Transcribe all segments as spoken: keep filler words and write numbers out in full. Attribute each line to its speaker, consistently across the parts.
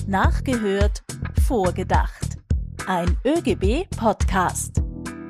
Speaker 1: Nachgehört, vorgedacht. Ein ÖGB-Podcast.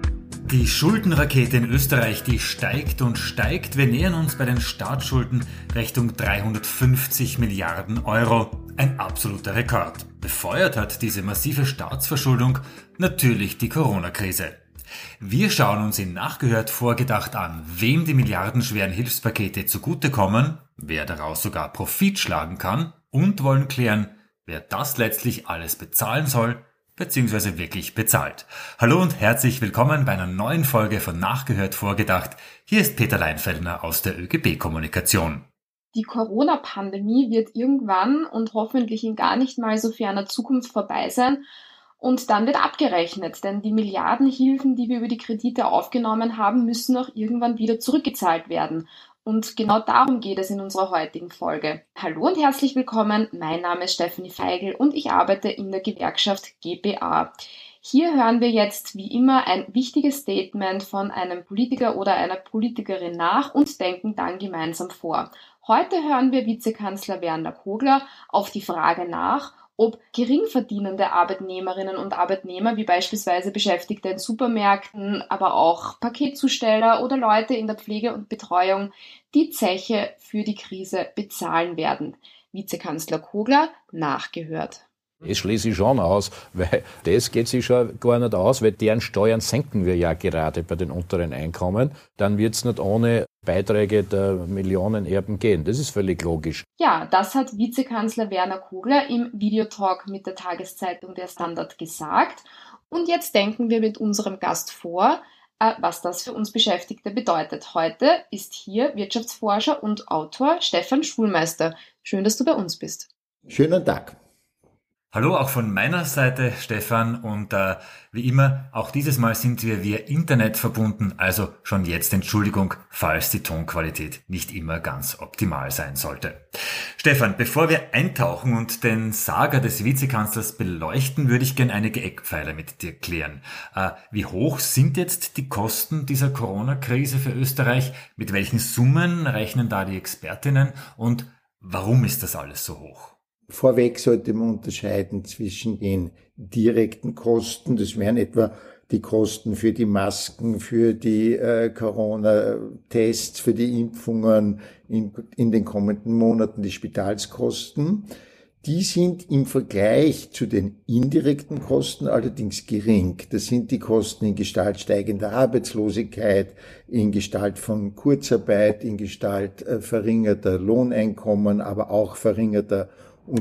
Speaker 2: Die Schuldenrakete in Österreich, die steigt und steigt. Wir nähern uns bei den Staatsschulden Richtung dreihundertfünfzig Milliarden Euro. Ein absoluter Rekord. Befeuert hat diese massive Staatsverschuldung natürlich die Corona-Krise. Wir schauen uns in Nachgehört vorgedacht an, wem die milliardenschweren Hilfspakete zugutekommen, wer daraus sogar Profit schlagen kann und wollen klären, wer das letztlich alles bezahlen soll, beziehungsweise wirklich bezahlt. Hallo und herzlich willkommen bei einer neuen Folge von Nachgehört vorgedacht. Hier ist Peter Leinfeldner aus der ÖGB-Kommunikation.
Speaker 3: Die Corona-Pandemie wird irgendwann und hoffentlich in gar nicht mal so ferner Zukunft vorbei sein. Und dann wird abgerechnet, denn die Milliardenhilfen, die wir über die Kredite aufgenommen haben, müssen auch irgendwann wieder zurückgezahlt werden. Und genau darum geht es in unserer heutigen Folge. Hallo und herzlich willkommen, mein Name ist Stefanie Feigl und ich arbeite in der Gewerkschaft G B A. Hier hören wir jetzt wie immer ein wichtiges Statement von einem Politiker oder einer Politikerin nach und denken dann gemeinsam vor. Heute hören wir Vizekanzler Werner Kogler auf die Frage nach, ob geringverdienende Arbeitnehmerinnen und Arbeitnehmer, wie beispielsweise Beschäftigte in Supermärkten, aber auch Paketzusteller oder Leute in der Pflege und Betreuung, die Zeche für die Krise bezahlen werden. Vizekanzler Kogler nachgehört.
Speaker 4: Das schließe ich schon aus, weil das geht sich schon gar nicht aus, weil deren Steuern senken wir ja gerade bei den unteren Einkommen. Dann wird es nicht ohne Beiträge der Millionenerben gehen. Das ist völlig logisch.
Speaker 3: Ja, das hat Vizekanzler Werner Kogler im Videotalk mit der Tageszeitung Der Standard gesagt. Und jetzt denken wir mit unserem Gast vor, was das für uns Beschäftigte bedeutet. Heute ist hier Wirtschaftsforscher und Autor Stefan Schulmeister. Schön, dass du bei uns bist.
Speaker 5: Schönen Tag.
Speaker 2: Hallo auch von meiner Seite, Stefan, und äh, wie immer, auch dieses Mal sind wir via Internet verbunden, also schon jetzt Entschuldigung, falls die Tonqualität nicht immer ganz optimal sein sollte. Stefan, bevor wir eintauchen und den Saga des Vizekanzlers beleuchten, würde ich gerne einige Eckpfeiler mit dir klären. Äh, wie hoch sind jetzt die Kosten dieser Corona-Krise für Österreich? Mit welchen Summen rechnen da die Expertinnen und warum ist das alles so hoch?
Speaker 5: Vorweg sollte man unterscheiden zwischen den direkten Kosten, das wären etwa die Kosten für die Masken, für die äh, Corona-Tests, für die Impfungen in, in den kommenden Monaten, die Spitalskosten. Die sind im Vergleich zu den indirekten Kosten allerdings gering. Das sind die Kosten in Gestalt steigender Arbeitslosigkeit, in Gestalt von Kurzarbeit, in Gestalt äh, verringerter Lohneinkommen, aber auch verringerter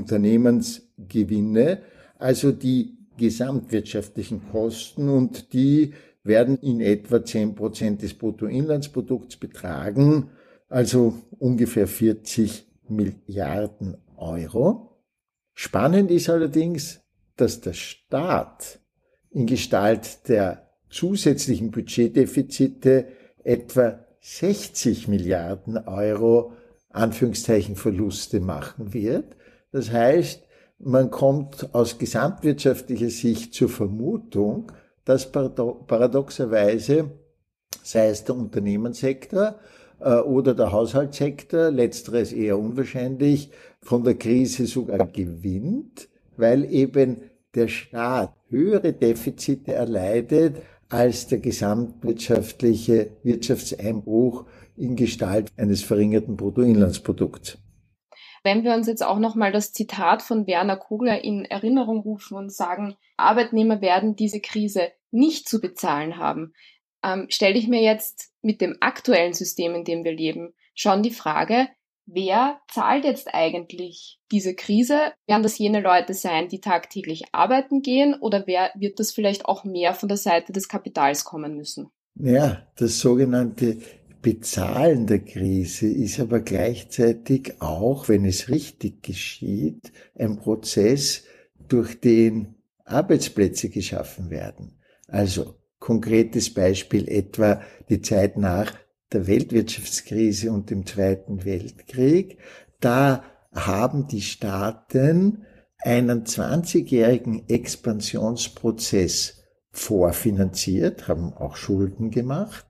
Speaker 5: Unternehmensgewinne, also die gesamtwirtschaftlichen Kosten, und die werden in etwa zehn Prozent des Bruttoinlandsprodukts betragen, also ungefähr vierzig Milliarden Euro. Spannend ist allerdings, dass der Staat in Gestalt der zusätzlichen Budgetdefizite etwa sechzig Milliarden Euro Anführungszeichen Verluste machen wird. Das heißt, man kommt aus gesamtwirtschaftlicher Sicht zur Vermutung, dass paradoxerweise, sei es der Unternehmenssektor äh, oder der Haushaltssektor, letzteres eher unwahrscheinlich, von der Krise sogar gewinnt, weil eben der Staat höhere Defizite erleidet als der gesamtwirtschaftliche Wirtschaftseinbruch in Gestalt eines verringerten Bruttoinlandsprodukts.
Speaker 3: Wenn wir uns jetzt auch nochmal das Zitat von Werner Kogler in Erinnerung rufen und sagen, Arbeitnehmer werden diese Krise nicht zu bezahlen haben, ähm, stelle ich mir jetzt mit dem aktuellen System, in dem wir leben, schon die Frage, wer zahlt jetzt eigentlich diese Krise? Werden das jene Leute sein, die tagtäglich arbeiten gehen, oder wer wird das vielleicht auch mehr von der Seite des Kapitals kommen müssen?
Speaker 5: Ja, das sogenannte Bezahlen der Krise ist aber gleichzeitig auch, wenn es richtig geschieht, ein Prozess, durch den Arbeitsplätze geschaffen werden. Also konkretes Beispiel etwa die Zeit nach der Weltwirtschaftskrise und dem Zweiten Weltkrieg. Da haben die Staaten einen zwanzigjährigen Expansionsprozess vorfinanziert, haben auch Schulden gemacht.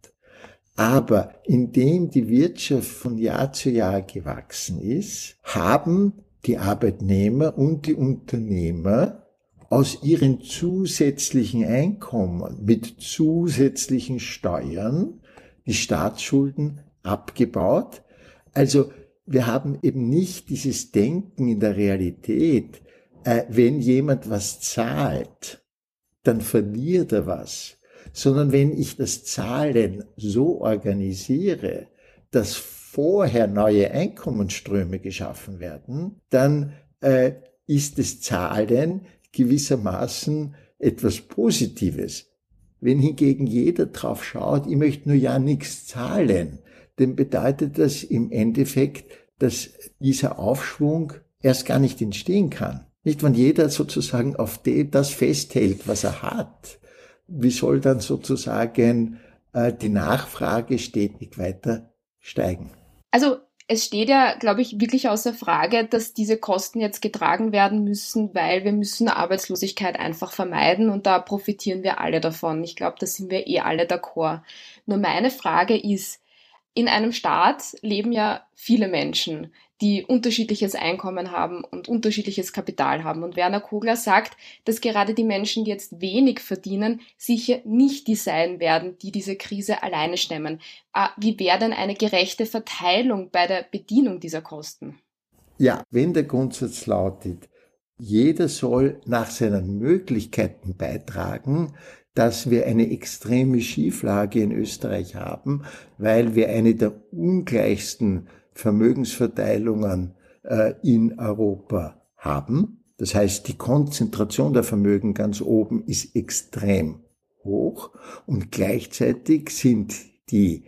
Speaker 5: Aber indem die Wirtschaft von Jahr zu Jahr gewachsen ist, haben die Arbeitnehmer und die Unternehmer aus ihren zusätzlichen Einkommen mit zusätzlichen Steuern die Staatsschulden abgebaut. Also wir haben eben nicht dieses Denken in der Realität, äh, wenn jemand was zahlt, dann verliert er was, sondern wenn ich das Zahlen so organisiere, dass vorher neue Einkommensströme geschaffen werden, dann äh, ist das Zahlen gewissermaßen etwas Positives. Wenn hingegen jeder drauf schaut, ich möchte nur ja nichts zahlen, dann bedeutet das im Endeffekt, dass dieser Aufschwung erst gar nicht entstehen kann. Nicht, wenn jeder sozusagen auf das festhält, was er hat, wie soll dann sozusagen äh, die Nachfrage stetig weiter steigen?
Speaker 3: Also es steht ja, glaube ich, wirklich außer Frage, dass diese Kosten jetzt getragen werden müssen, weil wir müssen Arbeitslosigkeit einfach vermeiden und da profitieren wir alle davon. Ich glaube, da sind wir eh alle d'accord. Nur meine Frage ist, in einem Staat leben ja viele Menschen, die unterschiedliches Einkommen haben und unterschiedliches Kapital haben. Und Werner Kogler sagt, dass gerade die Menschen, die jetzt wenig verdienen, sicher nicht die sein werden, die diese Krise alleine stemmen. Wie wäre denn eine gerechte Verteilung bei der Bedienung dieser Kosten?
Speaker 5: Ja, wenn der Grundsatz lautet, jeder soll nach seinen Möglichkeiten beitragen, dass wir eine extreme Schieflage in Österreich haben, weil wir eine der ungleichsten Vermögensverteilungen äh, in Europa haben. Das heißt, die Konzentration der Vermögen ganz oben ist extrem hoch und gleichzeitig sind die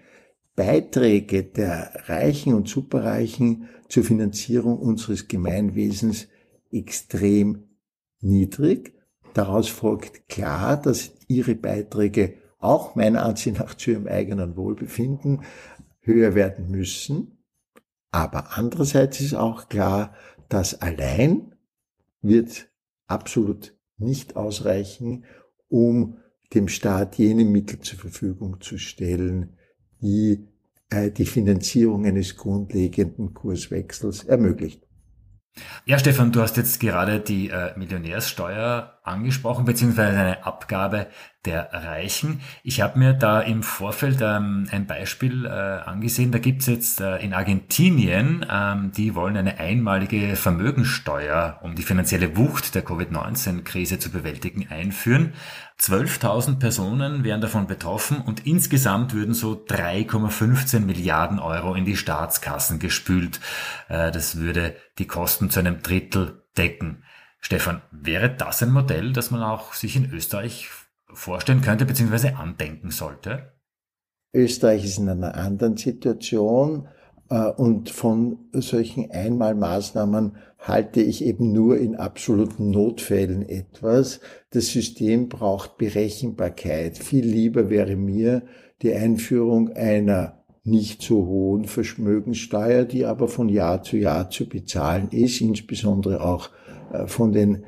Speaker 5: Beiträge der Reichen und Superreichen zur Finanzierung unseres Gemeinwesens extrem niedrig. Daraus folgt klar, dass ihre Beiträge auch meiner Ansicht nach zu ihrem eigenen Wohlbefinden höher werden müssen. Aber andererseits ist auch klar, dass allein wird absolut nicht ausreichen, um dem Staat jene Mittel zur Verfügung zu stellen, die äh, die Finanzierung eines grundlegenden Kurswechsels ermöglicht.
Speaker 2: Ja, Stefan, du hast jetzt gerade die äh, Millionärssteuer angesprochen, beziehungsweise eine Abgabe der Reichen. Ich habe mir da im Vorfeld ähm, ein Beispiel äh, angesehen. Da gibt's jetzt äh, in Argentinien, ähm, die wollen eine einmalige Vermögensteuer, um die finanzielle Wucht der Covid neunzehn Krise zu bewältigen, einführen. zwölftausend Personen wären davon betroffen und insgesamt würden so drei Komma fünfzehn Milliarden Euro in die Staatskassen gespült. Äh, das würde die Kosten zu einem Drittel decken. Stefan, wäre das ein Modell, das man auch sich in Österreich vorstellen könnte bzw. andenken sollte?
Speaker 5: Österreich ist in einer anderen Situation äh, und von solchen Einmalmaßnahmen halte ich eben nur in absoluten Notfällen etwas. Das System braucht Berechenbarkeit. Viel lieber wäre mir die Einführung einer nicht so hohen Vermögenssteuer, die aber von Jahr zu Jahr zu bezahlen ist, insbesondere auch von den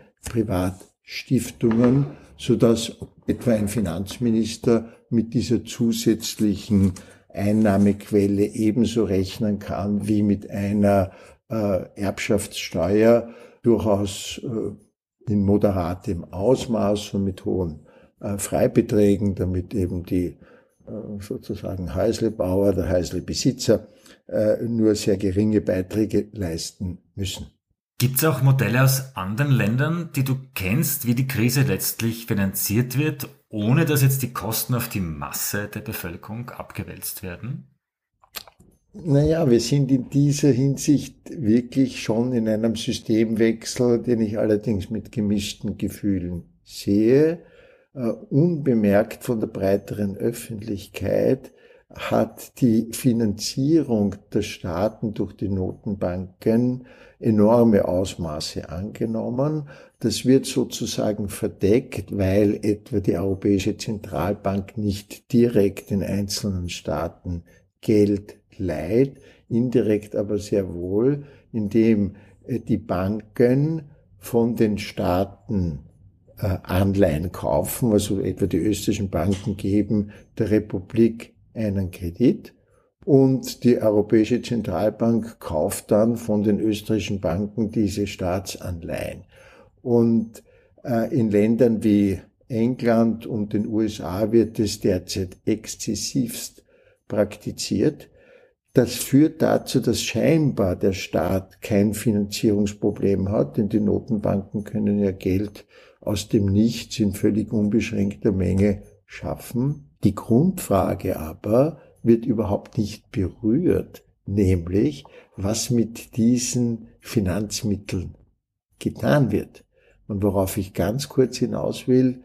Speaker 5: Privatstiftungen, sodass etwa ein Finanzminister mit dieser zusätzlichen Einnahmequelle ebenso rechnen kann wie mit einer äh, Erbschaftssteuer, durchaus äh, in moderatem Ausmaß und mit hohen äh, Freibeträgen, damit eben die äh, sozusagen Häuslebauer, der Häuslebesitzer äh, nur sehr geringe Beiträge leisten müssen.
Speaker 2: Gibt es auch Modelle aus anderen Ländern, die du kennst, wie die Krise letztlich finanziert wird, ohne dass jetzt die Kosten auf die Masse der Bevölkerung abgewälzt werden?
Speaker 5: Naja, wir sind in dieser Hinsicht wirklich schon in einem Systemwechsel, den ich allerdings mit gemischten Gefühlen sehe. Uh, unbemerkt von der breiteren Öffentlichkeit hat die Finanzierung der Staaten durch die Notenbanken enorme Ausmaße angenommen. Das wird sozusagen verdeckt, weil etwa die Europäische Zentralbank nicht direkt in einzelnen Staaten Geld leiht, indirekt aber sehr wohl, indem die Banken von den Staaten äh, Anleihen kaufen, also etwa die österreichischen Banken geben der Republik einen Kredit Und die Europäische Zentralbank kauft dann von den österreichischen Banken diese Staatsanleihen. Und äh, in Ländern wie England und den U S A wird es derzeit exzessivst praktiziert. Das führt dazu, dass scheinbar der Staat kein Finanzierungsproblem hat, denn die Notenbanken können ja Geld aus dem Nichts in völlig unbeschränkter Menge schaffen. Die Grundfrage aber wird überhaupt nicht berührt, nämlich was mit diesen Finanzmitteln getan wird. Und worauf ich ganz kurz hinaus will,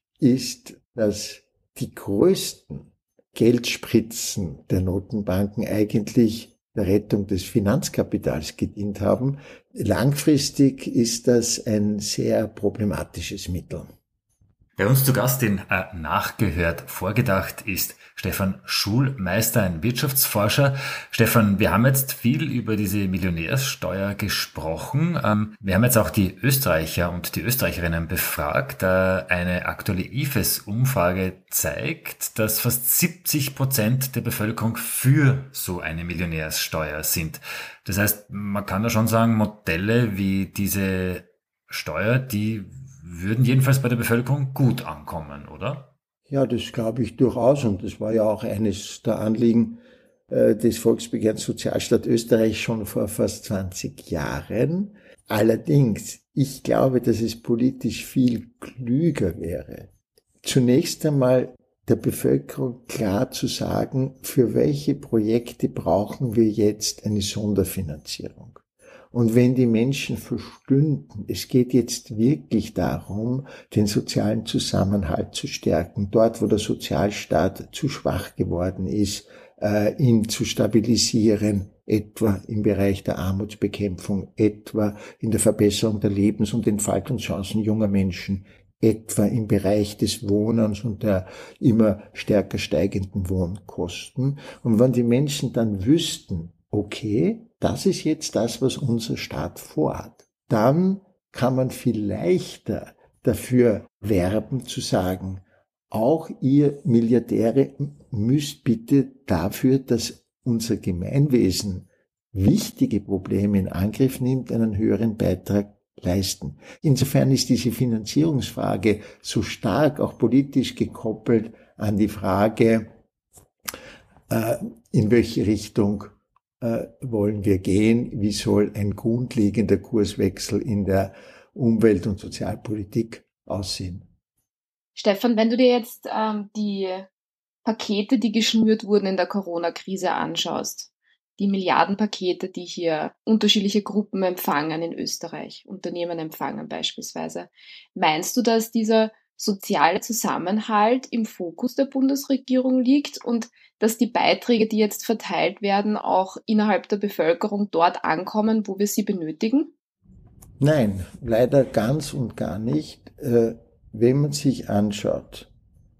Speaker 5: ist, dass die größten Geldspritzen der Notenbanken eigentlich der Rettung des Finanzkapitals gedient haben. Langfristig ist das ein sehr problematisches Mittel.
Speaker 2: Bei uns zu Gast in äh, Nachgehört vorgedacht ist Stefan Schulmeister, ein Wirtschaftsforscher. Stefan, wir haben jetzt viel über diese Millionärssteuer gesprochen. Ähm, wir haben jetzt auch die Österreicher und die Österreicherinnen befragt. Äh, eine aktuelle I F E S-Umfrage zeigt, dass fast siebzig Prozent der Bevölkerung für so eine Millionärssteuer sind. Das heißt, man kann da schon sagen, Modelle wie diese Steuer, die würden jedenfalls bei der Bevölkerung gut ankommen, oder?
Speaker 5: Ja, das glaube ich durchaus. Und das war ja auch eines der Anliegen äh, des Volksbegehrens Sozialstaat Österreich schon vor fast zwanzig Jahren. Allerdings, ich glaube, dass es politisch viel klüger wäre, zunächst einmal der Bevölkerung klar zu sagen, für welche Projekte brauchen wir jetzt eine Sonderfinanzierung. Und wenn die Menschen verstünden, es geht jetzt wirklich darum, den sozialen Zusammenhalt zu stärken, dort wo der Sozialstaat zu schwach geworden ist, äh, ihn zu stabilisieren, etwa im Bereich der Armutsbekämpfung, etwa in der Verbesserung der Lebens- und Entfaltungschancen junger Menschen, etwa im Bereich des Wohnens und der immer stärker steigenden Wohnkosten. Und wenn die Menschen dann wüssten, okay, das ist jetzt das, was unser Staat vorhat, dann kann man viel leichter dafür werben zu sagen, auch ihr Milliardäre müsst bitte dafür, dass unser Gemeinwesen wichtige Probleme in Angriff nimmt, einen höheren Beitrag leisten. Insofern ist diese Finanzierungsfrage so stark auch politisch gekoppelt an die Frage, äh, in welche Richtung äh, wollen wir gehen, wie soll ein grundlegender Kurswechsel in der Umwelt- und Sozialpolitik aussehen.
Speaker 3: Stefan, wenn du dir jetzt ähm, die Pakete, die geschnürt wurden in der Corona-Krise anschaust, die Milliardenpakete, die hier unterschiedliche Gruppen empfangen in Österreich, Unternehmen empfangen beispielsweise, meinst du, dass dieser soziale Zusammenhalt im Fokus der Bundesregierung liegt und dass die Beiträge, die jetzt verteilt werden, auch innerhalb der Bevölkerung dort ankommen, wo wir sie benötigen?
Speaker 5: Nein, leider ganz und gar nicht. Wenn man sich anschaut,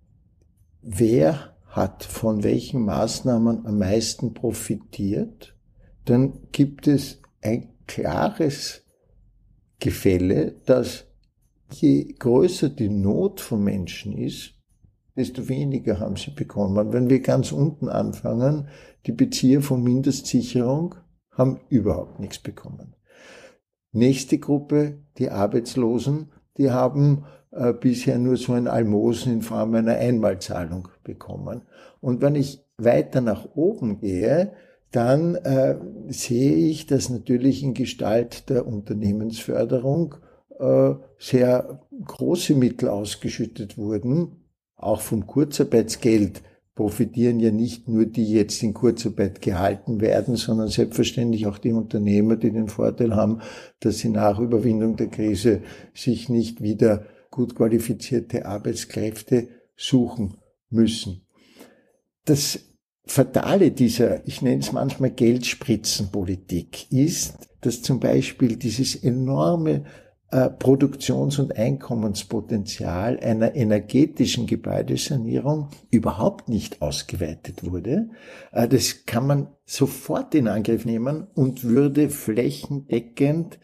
Speaker 5: wer hat von welchen Maßnahmen am meisten profitiert, dann gibt es ein klares Gefälle, dass je größer die Not von Menschen ist, desto weniger haben sie bekommen. Wenn wir ganz unten anfangen, die Bezieher von Mindestsicherung haben überhaupt nichts bekommen. Nächste Gruppe, die Arbeitslosen, die haben äh, bisher nur so ein Almosen in Form einer Einmalzahlung bekommen. Und wenn ich weiter nach oben gehe, dann äh, sehe ich, dass natürlich in Gestalt der Unternehmensförderung äh, sehr große Mittel ausgeschüttet wurden. Auch vom Kurzarbeitsgeld profitieren ja nicht nur die jetzt in Kurzarbeit gehalten werden, sondern selbstverständlich auch die Unternehmer, die den Vorteil haben, dass sie nach Überwindung der Krise sich nicht wieder gut qualifizierte Arbeitskräfte suchen müssen. Das Fatale dieser, ich nenne es manchmal Geldspritzenpolitik, ist, dass zum Beispiel dieses enorme äh, Produktions- und Einkommenspotenzial einer energetischen Gebäudesanierung überhaupt nicht ausgeweitet wurde. Äh, das kann man sofort in Angriff nehmen und würde flächendeckend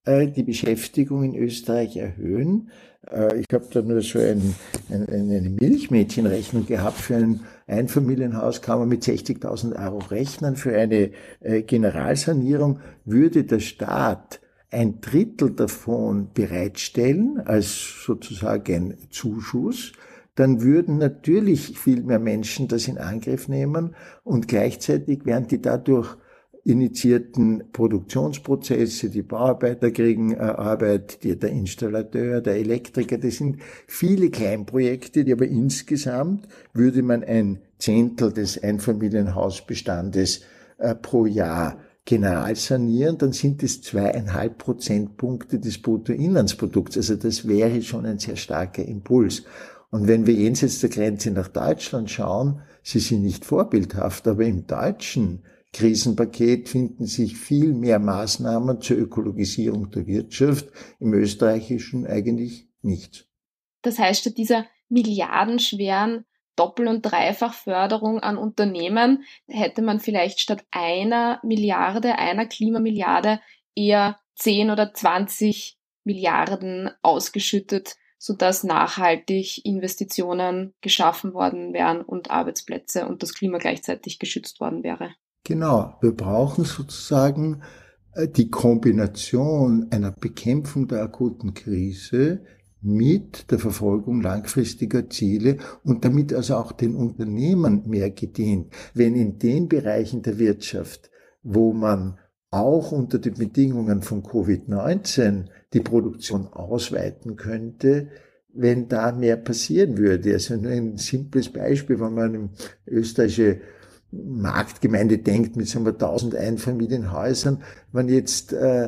Speaker 5: äh, die Beschäftigung in Österreich erhöhen. Äh, ich habe da nur so ein, ein, eine Milchmädchenrechnung gehabt. Für ein Einfamilienhaus kann man mit sechzigtausend Euro rechnen. Für eine äh, Generalsanierung würde der Staat ein Drittel davon bereitstellen als sozusagen ein Zuschuss. Dann würden natürlich viel mehr Menschen das in Angriff nehmen und gleichzeitig wären die dadurch initiierten Produktionsprozesse, die Bauarbeiter kriegen äh, Arbeit, die, der Installateur, der Elektriker, das sind viele Kleinprojekte, die aber insgesamt würde man ein Zehntel des Einfamilienhausbestandes äh, pro Jahr general sanieren, dann sind es zweieinhalb Prozentpunkte des Bruttoinlandsprodukts. Also das wäre schon ein sehr starker Impuls. Und wenn wir jenseits der Grenze nach Deutschland schauen, sie sind nicht vorbildhaft, aber im deutschen Krisenpaket finden sich viel mehr Maßnahmen zur Ökologisierung der Wirtschaft, im österreichischen eigentlich nichts.
Speaker 3: Das heißt, statt dieser milliardenschweren Doppel- und Dreifachförderung an Unternehmen hätte man vielleicht statt einer Milliarde, einer Klimamilliarde eher zehn oder zwanzig Milliarden ausgeschüttet, sodass nachhaltig Investitionen geschaffen worden wären und Arbeitsplätze und das Klima gleichzeitig geschützt worden wäre.
Speaker 5: Genau, wir brauchen sozusagen die Kombination einer Bekämpfung der akuten Krise mit der Verfolgung langfristiger Ziele und damit also auch den Unternehmen mehr gedient. Wenn in den Bereichen der Wirtschaft, wo man auch unter den Bedingungen von Covid neunzehn die Produktion ausweiten könnte, wenn da mehr passieren würde. Also nur ein simples Beispiel, wenn man in österreichische Marktgemeinde denkt mit so einem tausend Einfamilienhäusern, wenn jetzt äh,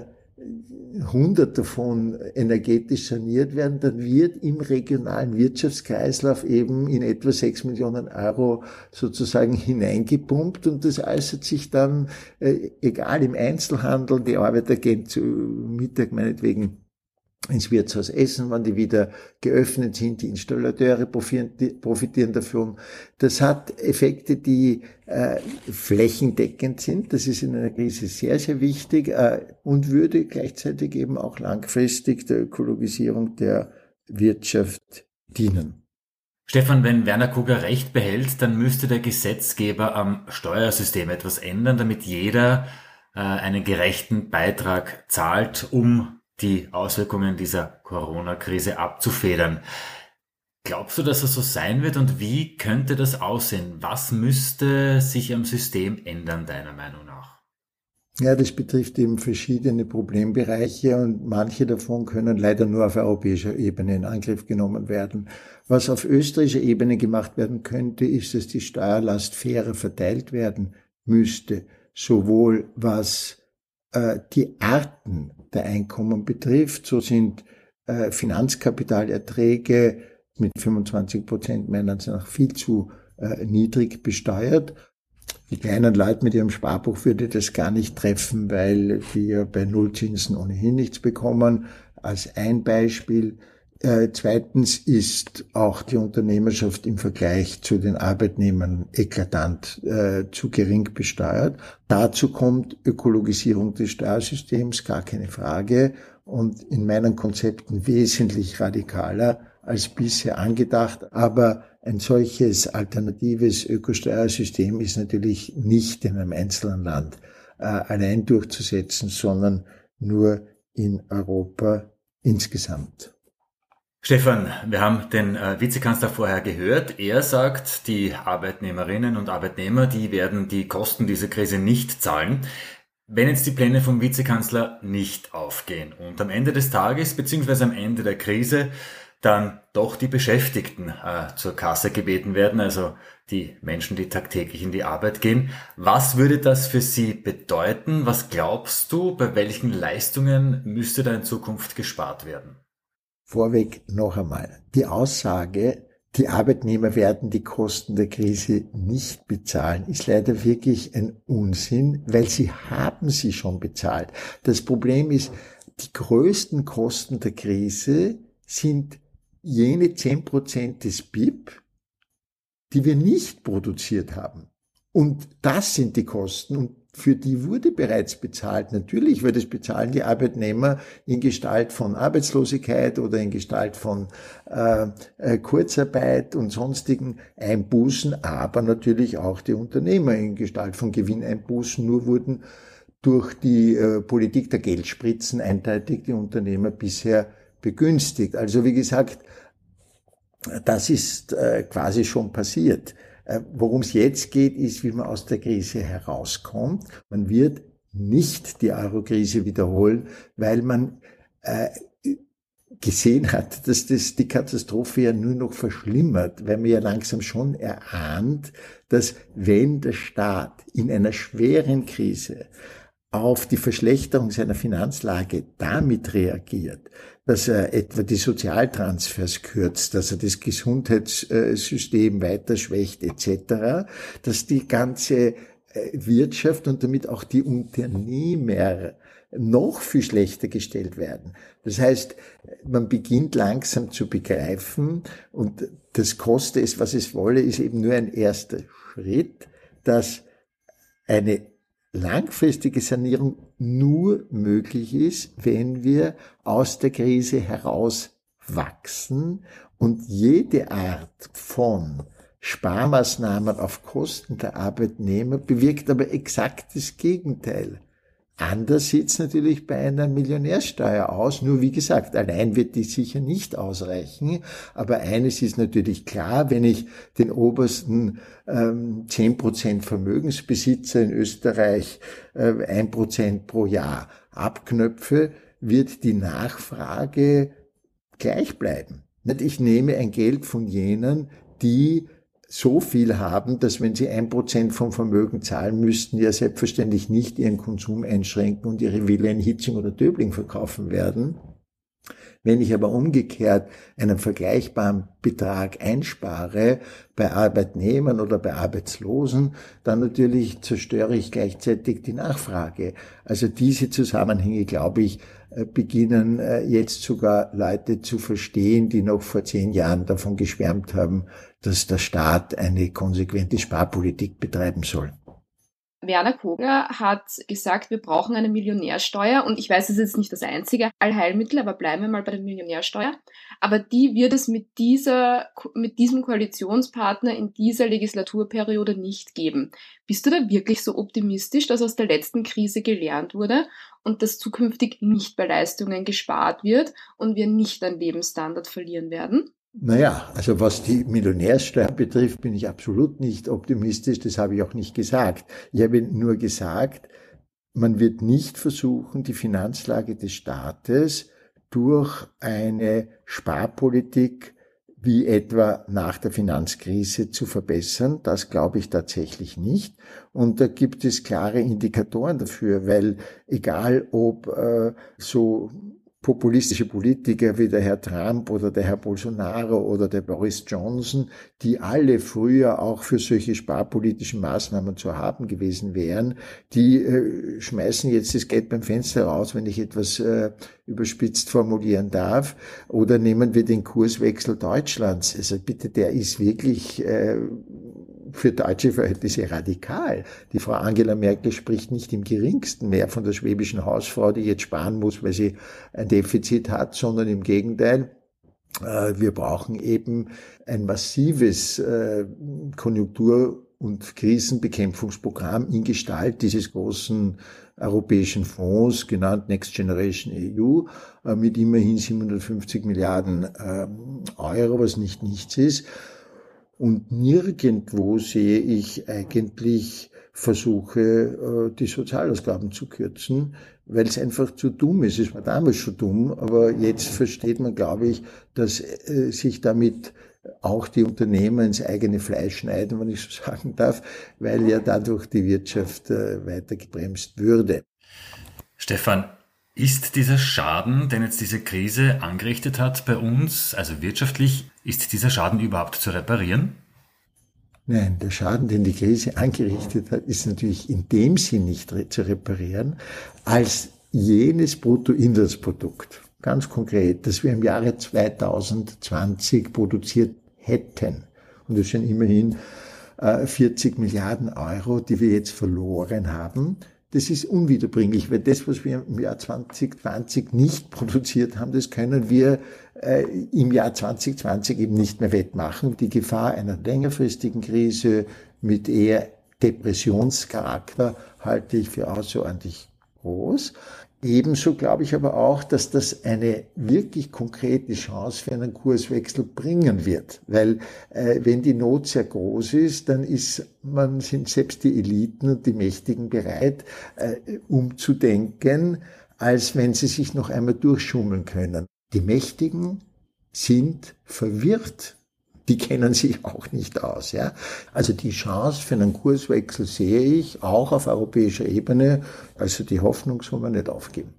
Speaker 5: hundert davon energetisch saniert werden, dann wird im regionalen Wirtschaftskreislauf eben in etwa sechs Millionen Euro sozusagen hineingepumpt und das äußert sich dann, äh, egal im Einzelhandel, die Arbeiter gehen zu Mittag meinetwegen ins Wirtshaus essen, wenn die wieder geöffnet sind, die Installateure profitieren davon. Das hat Effekte, die äh, flächendeckend sind. Das ist in einer Krise sehr, sehr wichtig äh, und würde gleichzeitig eben auch langfristig der Ökologisierung der Wirtschaft dienen.
Speaker 2: Stefan, wenn Werner Kugler recht behält, dann müsste der Gesetzgeber am Steuersystem etwas ändern, damit jeder äh, einen gerechten Beitrag zahlt, um die Auswirkungen dieser Corona-Krise abzufedern. Glaubst du, dass das so sein wird und wie könnte das aussehen? Was müsste sich am System ändern, deiner Meinung nach?
Speaker 5: Ja, das betrifft eben verschiedene Problembereiche und manche davon können leider nur auf europäischer Ebene in Angriff genommen werden. Was auf österreichischer Ebene gemacht werden könnte, ist, dass die Steuerlast fairer verteilt werden müsste, sowohl was äh, die Arten der Einkommen betrifft. So sind äh, Finanzkapitalerträge mit fünfundzwanzig Prozent meiner Ansicht nach viel zu äh, niedrig besteuert. Die kleinen Leute mit ihrem Sparbuch würde das gar nicht treffen, weil die ja bei Nullzinsen ohnehin nichts bekommen. Als ein Beispiel. Äh, zweitens ist auch die Unternehmerschaft im Vergleich zu den Arbeitnehmern eklatant äh, zu gering besteuert. Dazu kommt Ökologisierung des Steuersystems, gar keine Frage, und in meinen Konzepten wesentlich radikaler als bisher angedacht. Aber ein solches alternatives Ökosteuersystem ist natürlich nicht in einem einzelnen Land äh, allein durchzusetzen, sondern nur in Europa insgesamt.
Speaker 2: Stefan, wir haben den äh, Vizekanzler vorher gehört. Er sagt, die Arbeitnehmerinnen und Arbeitnehmer, die werden die Kosten dieser Krise nicht zahlen. Wenn jetzt die Pläne vom Vizekanzler nicht aufgehen und am Ende des Tages beziehungsweise am Ende der Krise dann doch die Beschäftigten äh, zur Kasse gebeten werden, also die Menschen, die tagtäglich in die Arbeit gehen. Was würde das für sie bedeuten? Was glaubst du, bei welchen Leistungen müsste da in Zukunft gespart werden?
Speaker 5: Vorweg noch einmal. Die Aussage, die Arbeitnehmer werden die Kosten der Krise nicht bezahlen, ist leider wirklich ein Unsinn, weil sie haben sie schon bezahlt. Das Problem ist, die größten Kosten der Krise sind jene zehn Prozent des B I P, die wir nicht produziert haben. Und das sind die Kosten. Und für die wurde bereits bezahlt. Natürlich, weil das bezahlen die Arbeitnehmer in Gestalt von Arbeitslosigkeit oder in Gestalt von äh, äh, Kurzarbeit und sonstigen Einbußen, aber natürlich auch die Unternehmer in Gestalt von Gewinneinbußen. Nur wurden durch die äh, Politik der Geldspritzen eindeutig die Unternehmer bisher begünstigt. Also wie gesagt, das ist äh, quasi schon passiert. Worum es jetzt geht, ist, wie man aus der Krise herauskommt. Man wird nicht die Euro-Krise wiederholen, weil man äh, gesehen hat, dass das die Katastrophe ja nur noch verschlimmert, weil man ja langsam schon erahnt, dass wenn der Staat in einer schweren Krise auf die Verschlechterung seiner Finanzlage damit reagiert, dass er etwa die Sozialtransfers kürzt, dass er das Gesundheitssystem weiter schwächt et cetera, dass die ganze Wirtschaft und damit auch die Unternehmer noch viel schlechter gestellt werden. Das heißt, man beginnt langsam zu begreifen, und das koste es, was es wolle, ist eben nur ein erster Schritt, dass eine langfristige Sanierung nur möglich ist, wenn wir aus der Krise herauswachsen, und jede Art von Sparmaßnahmen auf Kosten der Arbeitnehmer bewirkt aber exakt das Gegenteil. Anders sieht es natürlich bei einer Millionärsteuer aus. Nur wie gesagt, allein wird die sicher nicht ausreichen. Aber eines ist natürlich klar, wenn ich den obersten ähm, zehn Prozent Vermögensbesitzer in Österreich äh, ein Prozent pro Jahr abknöpfe, wird die Nachfrage gleich bleiben. Ich nehme ein Geld von jenen, die so viel haben, dass wenn sie ein Prozent vom Vermögen zahlen müssten, ja selbstverständlich nicht ihren Konsum einschränken und ihre Villa in Hitzing oder Döbling verkaufen werden. Wenn ich aber umgekehrt einen vergleichbaren Betrag einspare bei Arbeitnehmern oder bei Arbeitslosen, dann natürlich zerstöre ich gleichzeitig die Nachfrage. Also diese Zusammenhänge, glaube ich, beginnen jetzt sogar Leute zu verstehen, die noch vor zehn Jahren davon geschwärmt haben, dass der Staat eine konsequente Sparpolitik betreiben soll.
Speaker 3: Werner Kogler hat gesagt, wir brauchen eine Millionärsteuer, und ich weiß, es ist jetzt nicht das einzige Allheilmittel, aber bleiben wir mal bei der Millionärsteuer. Aber die wird es mit dieser, mit diesem Koalitionspartner in dieser Legislaturperiode nicht geben. Bist du da wirklich so optimistisch, dass aus der letzten Krise gelernt wurde und dass zukünftig nicht bei Leistungen gespart wird und wir nicht an Lebensstandard verlieren werden?
Speaker 5: Naja, also was die Millionärsteuer betrifft, bin ich absolut nicht optimistisch. Das habe ich auch nicht gesagt. Ich habe nur gesagt, man wird nicht versuchen, die Finanzlage des Staates durch eine Sparpolitik wie etwa nach der Finanzkrise zu verbessern. Das glaube ich tatsächlich nicht. Und da gibt es klare Indikatoren dafür, weil egal ob äh, so populistische Politiker wie der Herr Trump oder der Herr Bolsonaro oder der Boris Johnson, die alle früher auch für solche sparpolitischen Maßnahmen zu haben gewesen wären, die äh, schmeißen jetzt das Geld beim Fenster raus, wenn ich etwas äh, überspitzt formulieren darf. Oder nehmen wir den Kurswechsel Deutschlands. Also bitte, der ist wirklich äh, für deutsche Verhältnisse radikal. Die Frau Angela Merkel spricht nicht im geringsten mehr von der schwäbischen Hausfrau, die jetzt sparen muss, weil sie ein Defizit hat, sondern im Gegenteil. Wir brauchen eben ein massives Konjunktur- und Krisenbekämpfungsprogramm in Gestalt dieses großen europäischen Fonds, genannt Next Generation E U, mit immerhin siebenhundertfünfzig Milliarden Euro, was nicht nichts ist. Und nirgendwo sehe ich eigentlich Versuche, die Sozialausgaben zu kürzen, weil es einfach zu dumm ist. Es war damals schon dumm, aber jetzt versteht man, glaube ich, dass sich damit auch die Unternehmer ins eigene Fleisch schneiden, wenn ich so sagen darf, weil ja dadurch die Wirtschaft weiter gebremst würde.
Speaker 2: Stefan, ist dieser Schaden, den jetzt diese Krise angerichtet hat bei uns, also wirtschaftlich, ist dieser Schaden überhaupt zu reparieren?
Speaker 5: Nein, der Schaden, den die Krise angerichtet hat, ist natürlich in dem Sinn nicht zu reparieren, als jenes Bruttoinlandsprodukt, ganz konkret, das wir im Jahre zweitausendzwanzig produziert hätten. Und das sind immerhin vierzig Milliarden Euro, die wir jetzt verloren haben. Das ist unwiederbringlich, weil das, was wir im Jahr zwanzig zwanzig nicht produziert haben, das können wir äh, im Jahr zwanzig zwanzig eben nicht mehr wettmachen. Die Gefahr einer längerfristigen Krise mit eher Depressionscharakter halte ich für außerordentlich groß. Ebenso glaube ich aber auch, dass das eine wirklich konkrete Chance für einen Kurswechsel bringen wird. Weil äh, wenn die Not sehr groß ist, dann ist man, sind selbst die Eliten und die Mächtigen bereit, äh, umzudenken, als wenn sie sich noch einmal durchschummeln können. Die Mächtigen sind verwirrt. Die kennen sich auch nicht aus, ja. Also die Chance für einen Kurswechsel sehe ich auch auf europäischer Ebene. Also die Hoffnung soll man nicht aufgeben.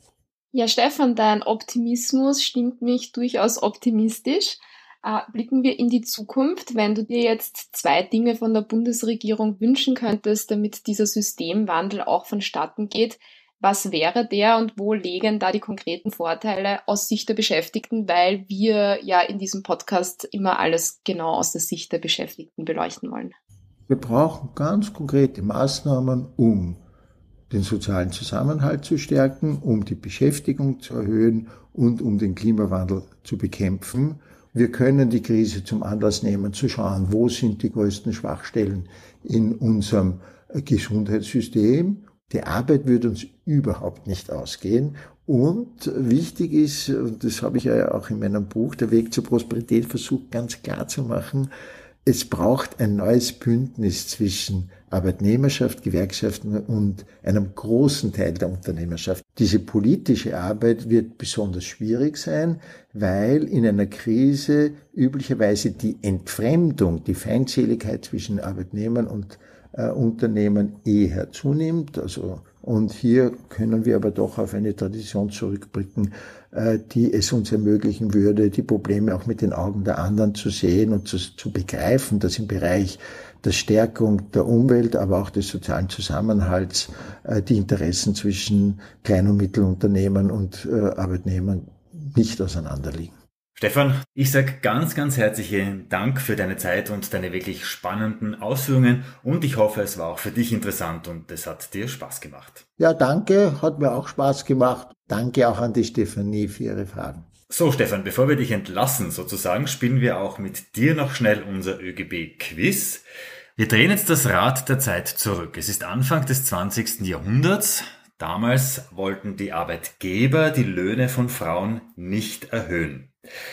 Speaker 3: Ja, Stefan, dein Optimismus stimmt mich durchaus optimistisch. Äh, blicken wir in die Zukunft. Wenn du dir jetzt zwei Dinge von der Bundesregierung wünschen könntest, damit dieser Systemwandel auch vonstatten geht, was wäre der und wo liegen da die konkreten Vorteile aus Sicht der Beschäftigten, weil wir ja in diesem Podcast immer alles genau aus der Sicht der Beschäftigten beleuchten wollen?
Speaker 5: Wir brauchen ganz konkrete Maßnahmen, um den sozialen Zusammenhalt zu stärken, um die Beschäftigung zu erhöhen und um den Klimawandel zu bekämpfen. Wir können die Krise zum Anlass nehmen, zu schauen, wo sind die größten Schwachstellen in unserem Gesundheitssystem. Die Arbeit würde uns überhaupt nicht ausgehen. Und wichtig ist, und das habe ich ja auch in meinem Buch Der Weg zur Prosperität versucht ganz klar zu machen, es braucht ein neues Bündnis zwischen Arbeitnehmerschaft, Gewerkschaften und einem großen Teil der Unternehmerschaft. Diese politische Arbeit wird besonders schwierig sein, weil in einer Krise üblicherweise die Entfremdung, die Feindseligkeit zwischen Arbeitnehmern und äh, Unternehmen eher zunimmt. Also, und hier können wir aber doch auf eine Tradition zurückblicken, äh, die es uns ermöglichen würde, die Probleme auch mit den Augen der anderen zu sehen und zu, zu begreifen, dass im Bereich der Stärkung der Umwelt, aber auch des sozialen Zusammenhalts äh, die Interessen zwischen Klein- und Mittelunternehmen und äh, Arbeitnehmern nicht auseinanderliegen.
Speaker 2: Stefan, ich sage ganz, ganz herzlichen Dank für deine Zeit und deine wirklich spannenden Ausführungen und ich hoffe, es war auch für dich interessant und es hat dir Spaß gemacht.
Speaker 5: Ja, danke, hat mir auch Spaß gemacht. Danke auch an die Stefanie für ihre Fragen.
Speaker 2: So, Stefan, bevor wir dich entlassen sozusagen, spielen wir auch mit dir noch schnell unser ÖGB-Quiz. Wir drehen jetzt das Rad der Zeit zurück. Es ist Anfang des zwanzigsten Jahrhunderts. Damals wollten die Arbeitgeber die Löhne von Frauen nicht erhöhen.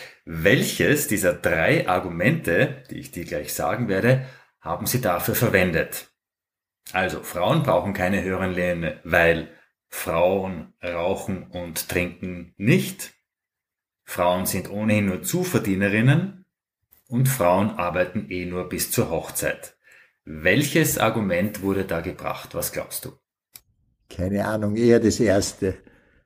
Speaker 2: Welches dieser drei Argumente, die ich dir gleich sagen werde, haben sie dafür verwendet? Also, Frauen brauchen keine höheren Löhne, weil Frauen rauchen und trinken nicht. Frauen sind ohnehin nur Zuverdienerinnen und Frauen arbeiten eh nur bis zur Hochzeit. Welches Argument wurde da gebracht? Was glaubst du?
Speaker 5: Keine Ahnung, eher das erste.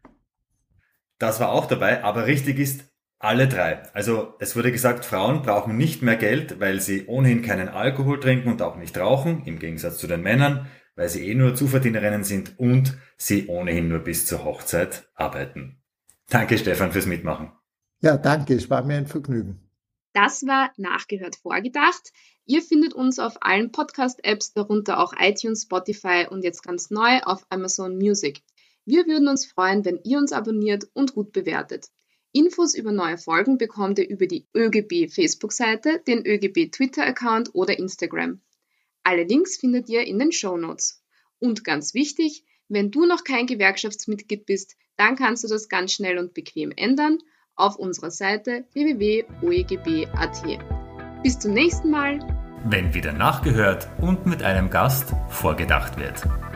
Speaker 2: Das war auch dabei, aber richtig ist alle drei. Also es wurde gesagt, Frauen brauchen nicht mehr Geld, weil sie ohnehin keinen Alkohol trinken und auch nicht rauchen, im Gegensatz zu den Männern, weil sie eh nur Zuverdienerinnen sind und sie ohnehin nur bis zur Hochzeit arbeiten. Danke, Stefan, fürs Mitmachen.
Speaker 5: Ja, danke, es war mir ein Vergnügen.
Speaker 3: Das war Nachgehört vorgedacht. Ihr findet uns auf allen Podcast-Apps, darunter auch iTunes, Spotify und jetzt ganz neu auf Amazon Music. Wir würden uns freuen, wenn ihr uns abonniert und gut bewertet. Infos über neue Folgen bekommt ihr über die ÖGB-Facebook-Seite, den ÖGB-Twitter-Account oder Instagram. Alle Links findet ihr in den Shownotes. Und ganz wichtig, wenn du noch kein Gewerkschaftsmitglied bist, dann kannst du das ganz schnell und bequem ändern auf unserer Seite w w w punkt o e g b punkt a t. Bis zum nächsten Mal.
Speaker 2: Wenn wieder nachgehört und mit einem Gast vorgedacht wird.